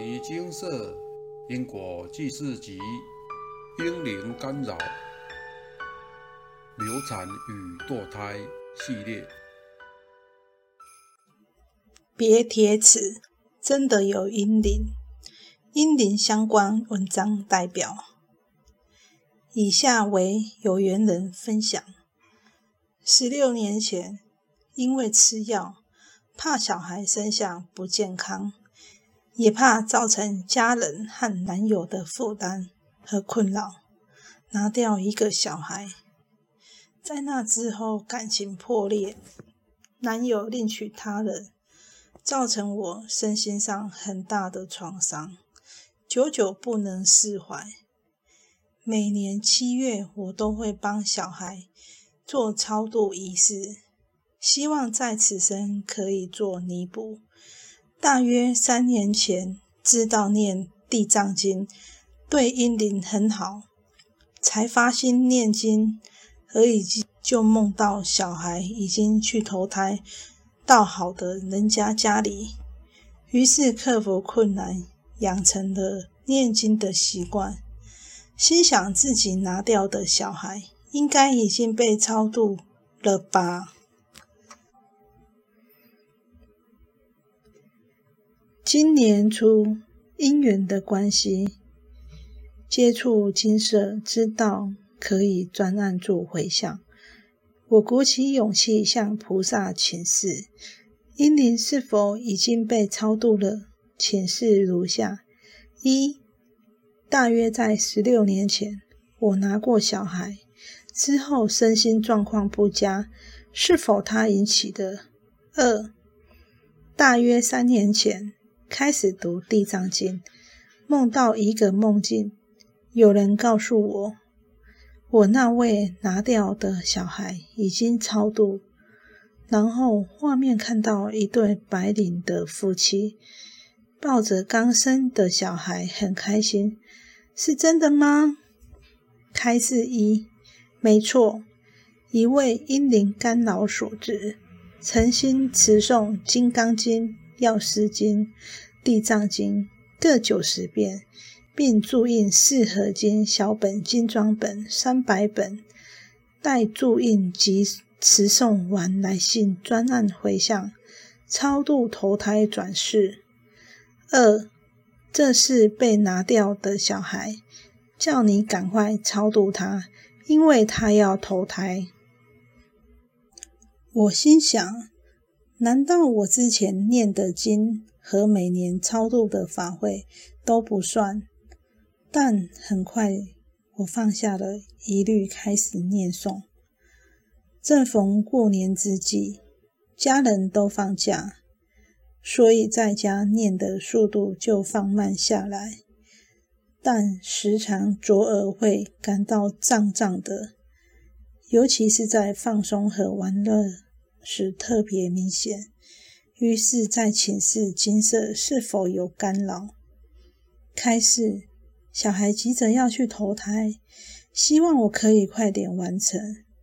尼精舍因果记事集婴灵干扰流产与堕胎系列。 别铁齿，真的有婴灵。婴灵相关文章代表。以下为有缘人分享。16年前，因为吃药，怕小孩生下不健康，也怕造成家人和男友的负担和困扰，拿掉一个小孩。在那之后感情破裂，男友另娶他人，造成我身心上很大的创伤，久久不能释怀。每年7月，我都会帮小孩做超度仪式，希望在此生可以做弥补。大约3年前，知道念地藏经对婴灵很好，才发心念经，而已就梦到小孩已经去投胎到好的人家家里，于是克服困难，养成了念经的习惯。心想自己拿掉的小孩应该已经被超度了吧。今年初因缘的关系，接触精舍，知道可以专案做回向。我鼓起勇气向菩萨请示，婴灵是否已经被超度了？请示如下：一、大约在16年前，我拿过小孩，之后身心状况不佳，是否他引起的？二、大约3年前，开始读地藏经，梦到一个梦境，有人告诉我那位拿掉的小孩已经超度，然后画面看到一对白领的夫妻抱着刚生的小孩很开心，是真的吗？开示一，没错，一位婴灵干扰所致，诚心持诵金刚经、药师经、地藏经各90遍，并注印四合金小本精装本300本，待注印及持诵完来信专案回向，超度投胎转世。二，这是被拿掉的小孩，叫你赶快超度他，因为他要投胎。我心想，难道我之前念的经和每年超度的法会都不算？但很快我放下了疑虑，开始念诵。正逢过年之际，家人都放假，所以在家念的速度就放慢下来，但时常左耳会感到胀胀的，尤其是在放松和玩乐时特别明显。于是在请示精舍是否有干扰。开示，小孩急着要去投胎，希望我可以快点完成。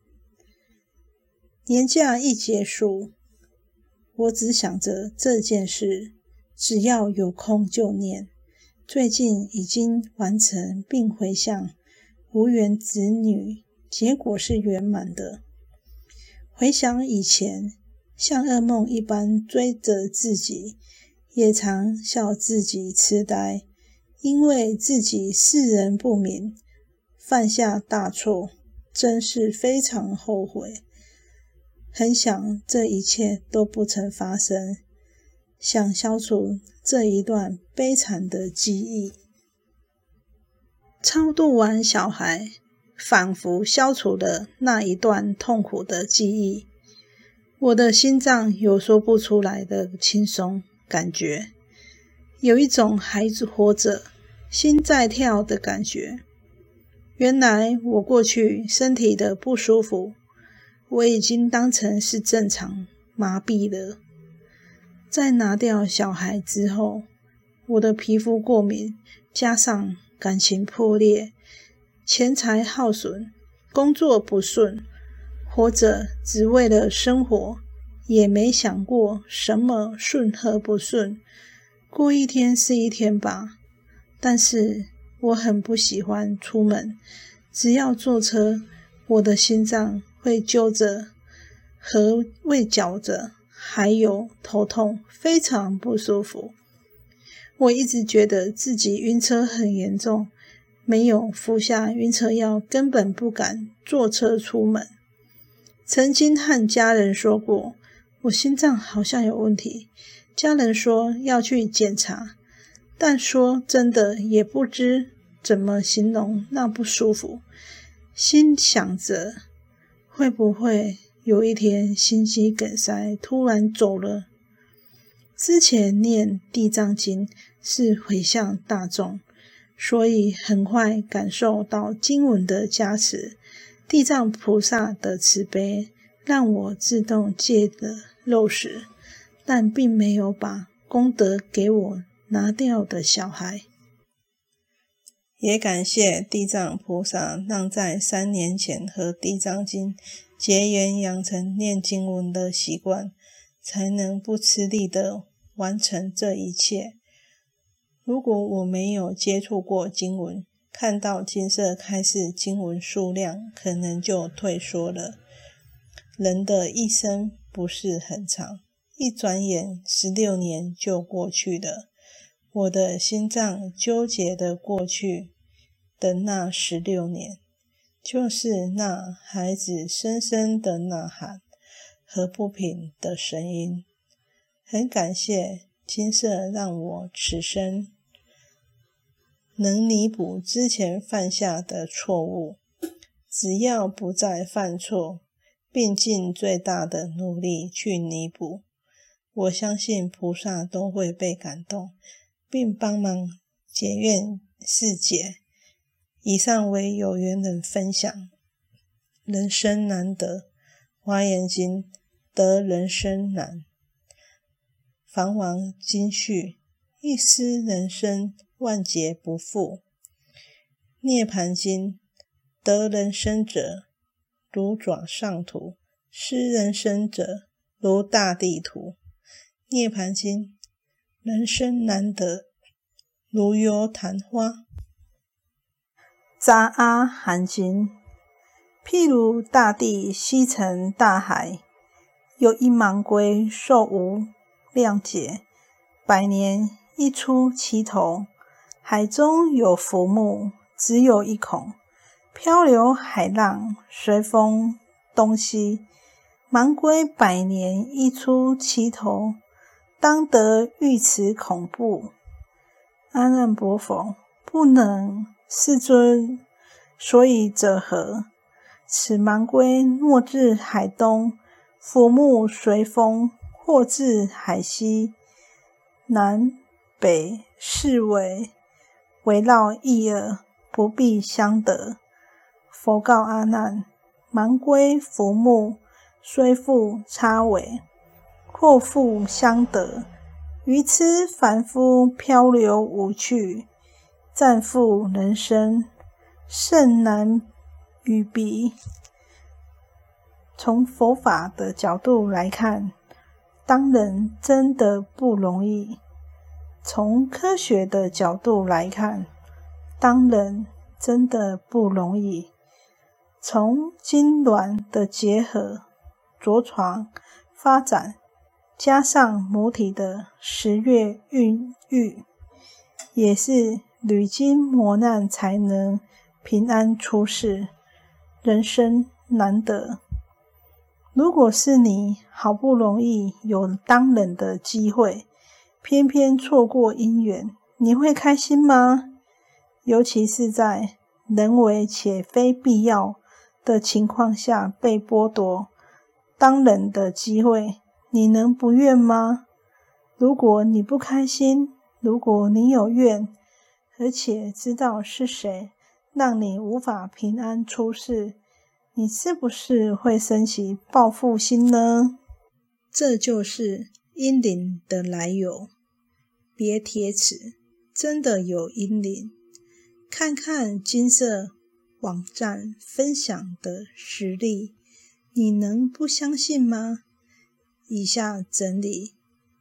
年假一结束，我只想着这件事，只要有空就念。最近已经完成并回向无缘子女，结果是圆满的。回想以前，像噩梦一般追着自己，也常笑自己痴呆，因为自己识人不明，犯下大错，真是非常后悔。很想这一切都不曾发生，想消除这一段悲惨的记忆。超度完小孩，仿佛消除了那一段痛苦的记忆，我的心脏有说不出来的轻松感觉，有一种还活着，心在跳的感觉。原来我过去身体的不舒服，我已经当成是正常麻痹了。在拿掉小孩之后，我的皮肤过敏，加上感情破裂，钱财耗损，工作不顺，活着只为了生活，也没想过什么顺和不顺， 过一天是一天吧。但是我很不喜欢出门，只要坐车，我的心脏会揪着和胃绞着，还有头痛，非常不舒服。我一直觉得自己晕车很严重，没有服下晕车药，根本不敢坐车出门。曾经和家人说过，我心脏好像有问题，家人说要去检查，但说真的也不知怎么形容那不舒服。心想着会不会有一天心肌梗塞突然走了。之前念地藏经是回向大众，所以很快感受到经文的加持，地藏菩萨的慈悲，让我自动戒了肉食，但并没有把功德给我拿掉的小孩。也感谢地藏菩萨，让在3年前和地藏经结缘，养成念经文的习惯，才能不吃力的完成这一切。如果我没有接触过经文，看到金色开示经文数量，可能就退缩了。人的一生不是很长，一转眼16年就过去了。我的心脏纠结的过去的那16年，就是那孩子深深的呐喊和不平的声音。很感谢金色让我此生能弥补之前犯下的错误，只要不再犯错，并尽最大的努力去弥补，我相信菩萨都会被感动，并帮忙解怨释结。以上为有缘人分享。人生难得，华严经得人生难。梵王经序，一失人生，万劫不复。涅盘经，得人生者，如爪上土；失人生者，如大地土。涅盘经，人生难得，如油昙花。杂阿含经，譬如大地西成大海，有一盲龟寿无量劫，100年一出其头。海中有浮木，只有一孔，漂流海浪，随风东西。盲龟100年一出其头，当得遇此恐怖。阿难婆否，不能。世尊，所以者何？此盲龟若至海东，浮木随风，或至海西，南北四围绕一耳，不必相得。佛告阿难：盲龟浮木虽复差尾，或复相得，愚痴凡夫漂流无趣，暂复人生，甚难与比。从佛法的角度来看，当人真的不容易；从科学的角度来看，当人真的不容易。从精卵的结合、着床、发展，加上母体的10月孕育，也是屡经磨难才能平安出世，人生难得。如果是你好不容易有当人的机会，偏偏错过因缘，你会开心吗？尤其是在人为且非必要的情况下被剥夺当人的机会，你能不怨吗？如果你不开心，如果你有怨，而且知道是谁让你无法平安出世，你是不是会升起报复心呢？这就是阴灵的来由。别铁齿，真的有阴灵。看看金色网站分享的实例，你能不相信吗？以下整理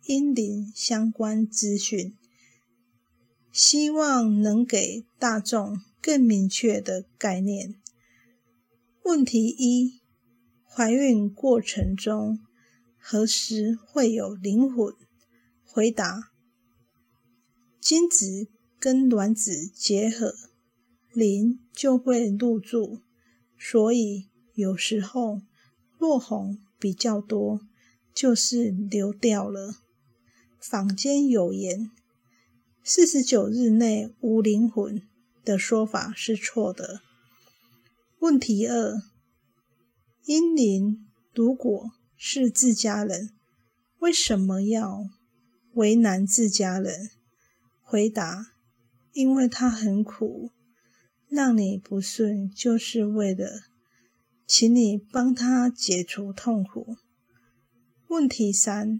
阴灵相关资讯，希望能给大众更明确的概念。问题一：怀孕过程中何时会有灵魂？回答：精子跟卵子结合，灵就会入住，所以有时候落红比较多，就是流掉了。坊间有言49日内无灵魂的说法是错的。问题二：阴灵如果是自家人，为什么要为难自家人？回答：因为他很苦，让你不顺就是为了请你帮他解除痛苦。问题三：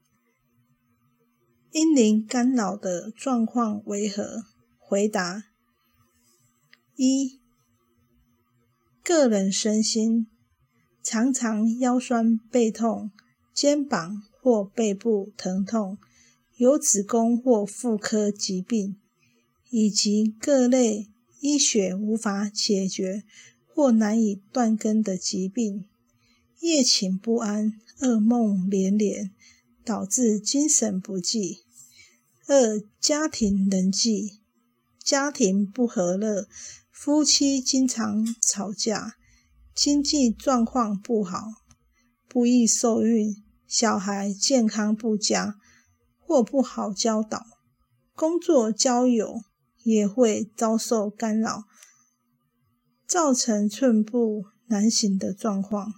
阴灵干扰的状况为何？回答：一、个人身心常常腰酸背痛、肩膀或背部疼痛，有子宫或妇科疾病，以及各类医学无法解决或难以断根的疾病，夜寝不安、噩梦连连，导致精神不济。二、家庭人际，家庭不和乐，夫妻经常吵架，经济状况不好，不易受孕，小孩健康不佳或不好教导，工作交友也会遭受干扰，造成寸步难行的状况。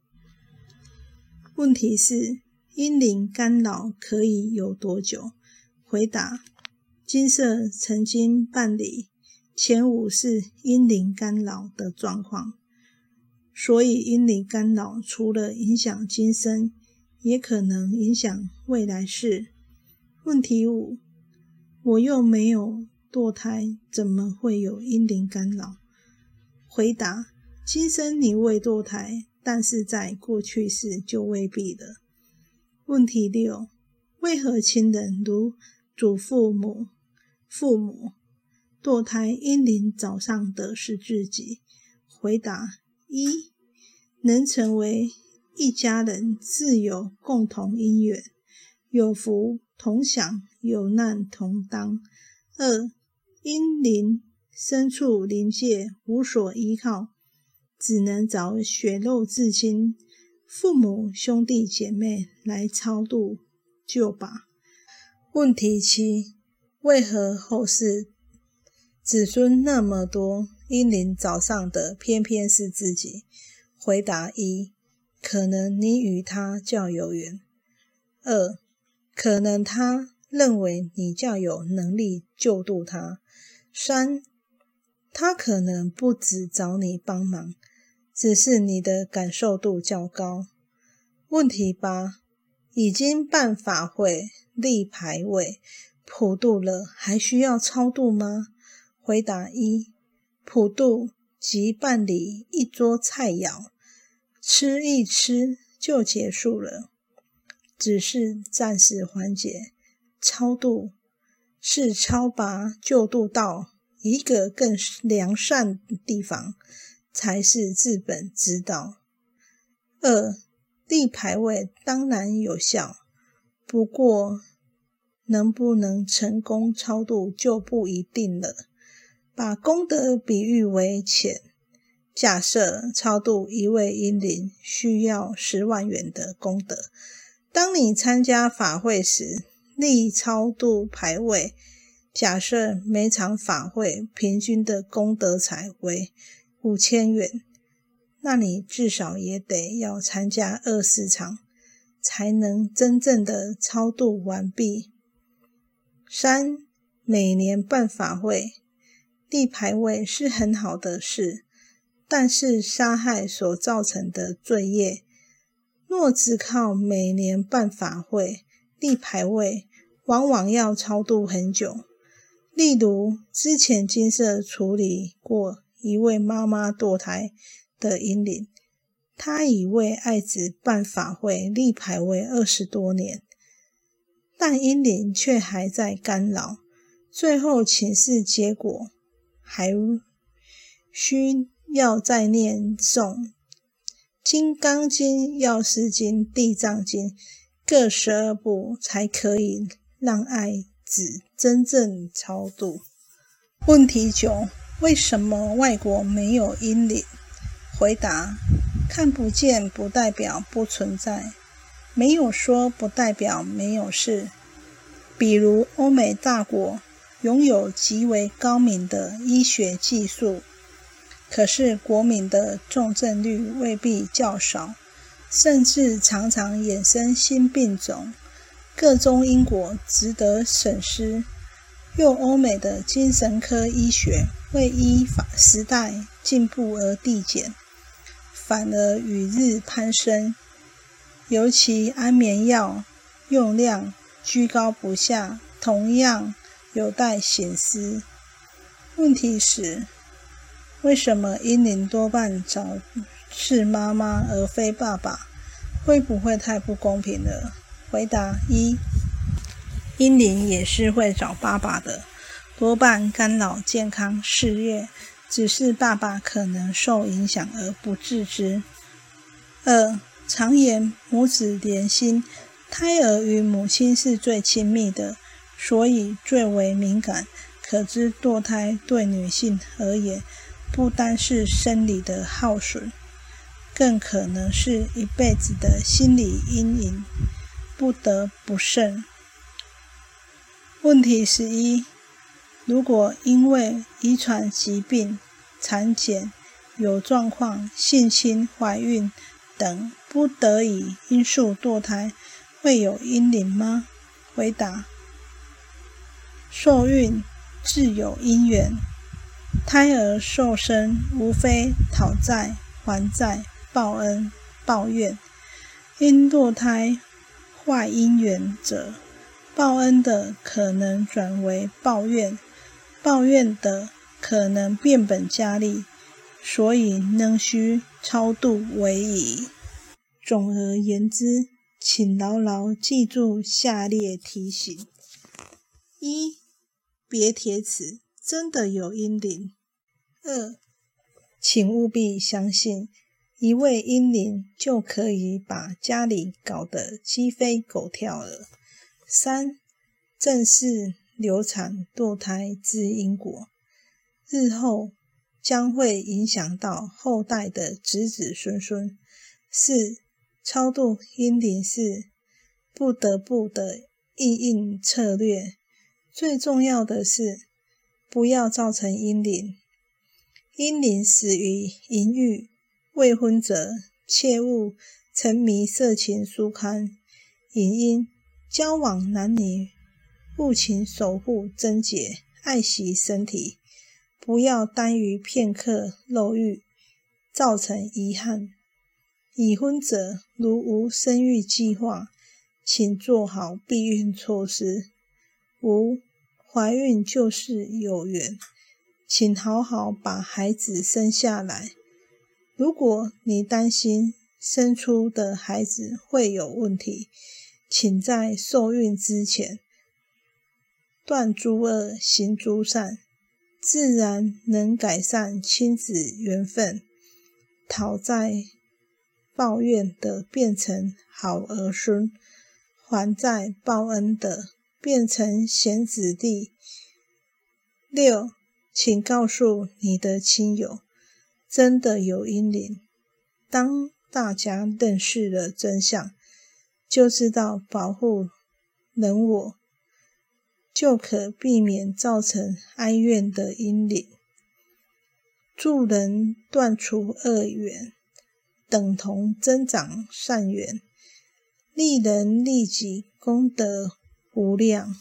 问题是：阴灵干扰可以有多久？回答：金色曾经办理前5是阴灵干扰的状况，所以阴灵干扰除了影响今生，也可能影响未来世。问题5：我又没有堕胎，怎么会有阴灵干扰？回答：今生你未堕胎，但是在过去世就未必了。问题6：为何亲人如祖父母、父母堕胎，阴灵找上的是自己？回答：一、能成为一家人，自有共同因缘，有福同享，有难同当。二、阴灵身处灵界，无所依靠，只能找血肉至亲、父母兄弟姐妹来超度救拔。问题7：为何后世子孙那么多，阴灵找上的偏偏是自己？回答1：可能你与他较有缘。2、可能他认为你较有能力救度他。3、他可能不只找你帮忙，只是你的感受度较高。问题8：已经办法会、立牌位、普渡了，还需要超度吗？回答1：普渡即办理一桌菜肴，吃一吃就结束了，只是暂时缓解。超度是超拔救度到一个更良善的地方，才是治本之道。2、立牌位当然有效，不过能不能成功超度就不一定了。把功德比喻为钱，假设超度一位阴灵需要10万元的功德，当你参加法会时立超度牌位，假设每场法会平均的功德财为5000元，那你至少也得要参加24场，才能真正的超度完毕。3、每年办法会，立牌位是很好的事，但是杀害所造成的罪业，若只靠每年办法会、立牌位，往往要超度很久。例如之前金色处理过一位妈妈堕胎的阴灵，她已为爱子办法会、立牌位20多年， 但阴灵却还在干扰，最后请示结果还需要再念诵《金刚经》《药师经》《地藏经》各12部，才可以让爱子真正超度。问题9：为什么外国没有阴灵？回答：看不见不代表不存在，没有说不代表没有事。比如欧美大国拥有极为高明的医学技术，可是国民的重症率未必较少，甚至常常衍生新病种。各中因果值得审思。又欧美的精神科医学为依时代进步而递减，反而与日攀升，尤其安眠药用量居高不下，同样有待省思。问题是，为什么阴灵多半找是妈妈而非爸爸？会不会太不公平了？回答1：阴灵也是会找爸爸的，多半干扰健康事业，只是爸爸可能受影响而不自知。2: 常言母子连心，胎儿与母亲是最亲密的，所以最为敏感。可知堕胎对女性而言，不单是生理的耗损，更可能是一辈子的心理阴影，不得不慎。问题11：如果因为遗传疾病、产检、有状况、性侵、怀孕等不得已因素堕胎，会有阴灵吗？回答：受孕自有因缘，胎儿受生无非讨债、还债、报恩、报怨。因堕胎坏姻缘者，报恩的可能转为抱怨，抱怨的可能变本加厉，所以仍需超度为宜。总而言之，请牢牢记住下列提醒： 1. 别铁齿，真的有阴灵。 2. 请务必相信，一位阴灵就可以把家里搞得鸡飞狗跳了。 3. 正视流产堕胎之因果，日后将会影响到后代的子子孙孙。 4. 超度阴灵是不得不的因应策略，最重要的是不要造成阴灵。阴灵死于淫欲，未婚者切勿沉迷色情书刊、影音，交往男女务请守护贞洁，爱惜身体，不要耽于片刻漏欲，造成遗憾。已婚者如无生育计划，请做好避孕措施。5. 怀孕就是有缘，请好好把孩子生下来。如果你担心生出的孩子会有问题，请在受孕之前断诸恶，行诸善，自然能改善亲子缘分。讨债报怨的变成好儿孙，还债报恩的变成贤子弟。6. 请告诉你的亲友，真的有阴灵。当大家认识了真相，就知道保护人我，就可避免造成哀怨的阴灵。助人断除恶缘，等同增长善缘，利人利己，功德无量。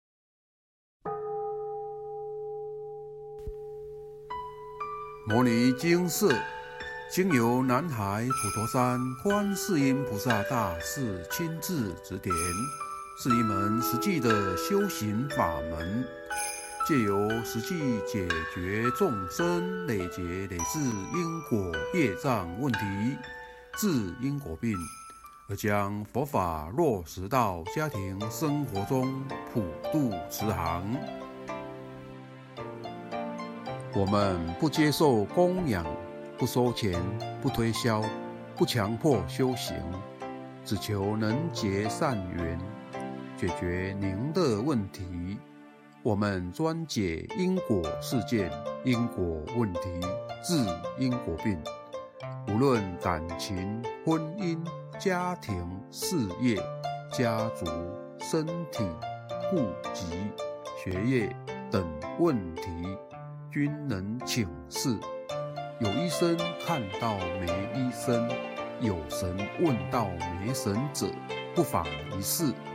摩尼经释经由南海普陀山观世音菩萨大士亲自指点，是一门实际的修行法门，借由实际解决众生累劫累世因果业障问题，治因果病， 而将佛法落实到家庭生活中，普渡慈航。我们不接受供养，不收钱，不推销，不强迫修行，只求能结善缘，解决您的问题。我们专解因果事件、因果问题，治因果病。无论感情、婚姻、家庭、事业、家族、身体、户籍、学业等问题，均能请示。有医生看到没医生，有神问到没神者，不妨一试。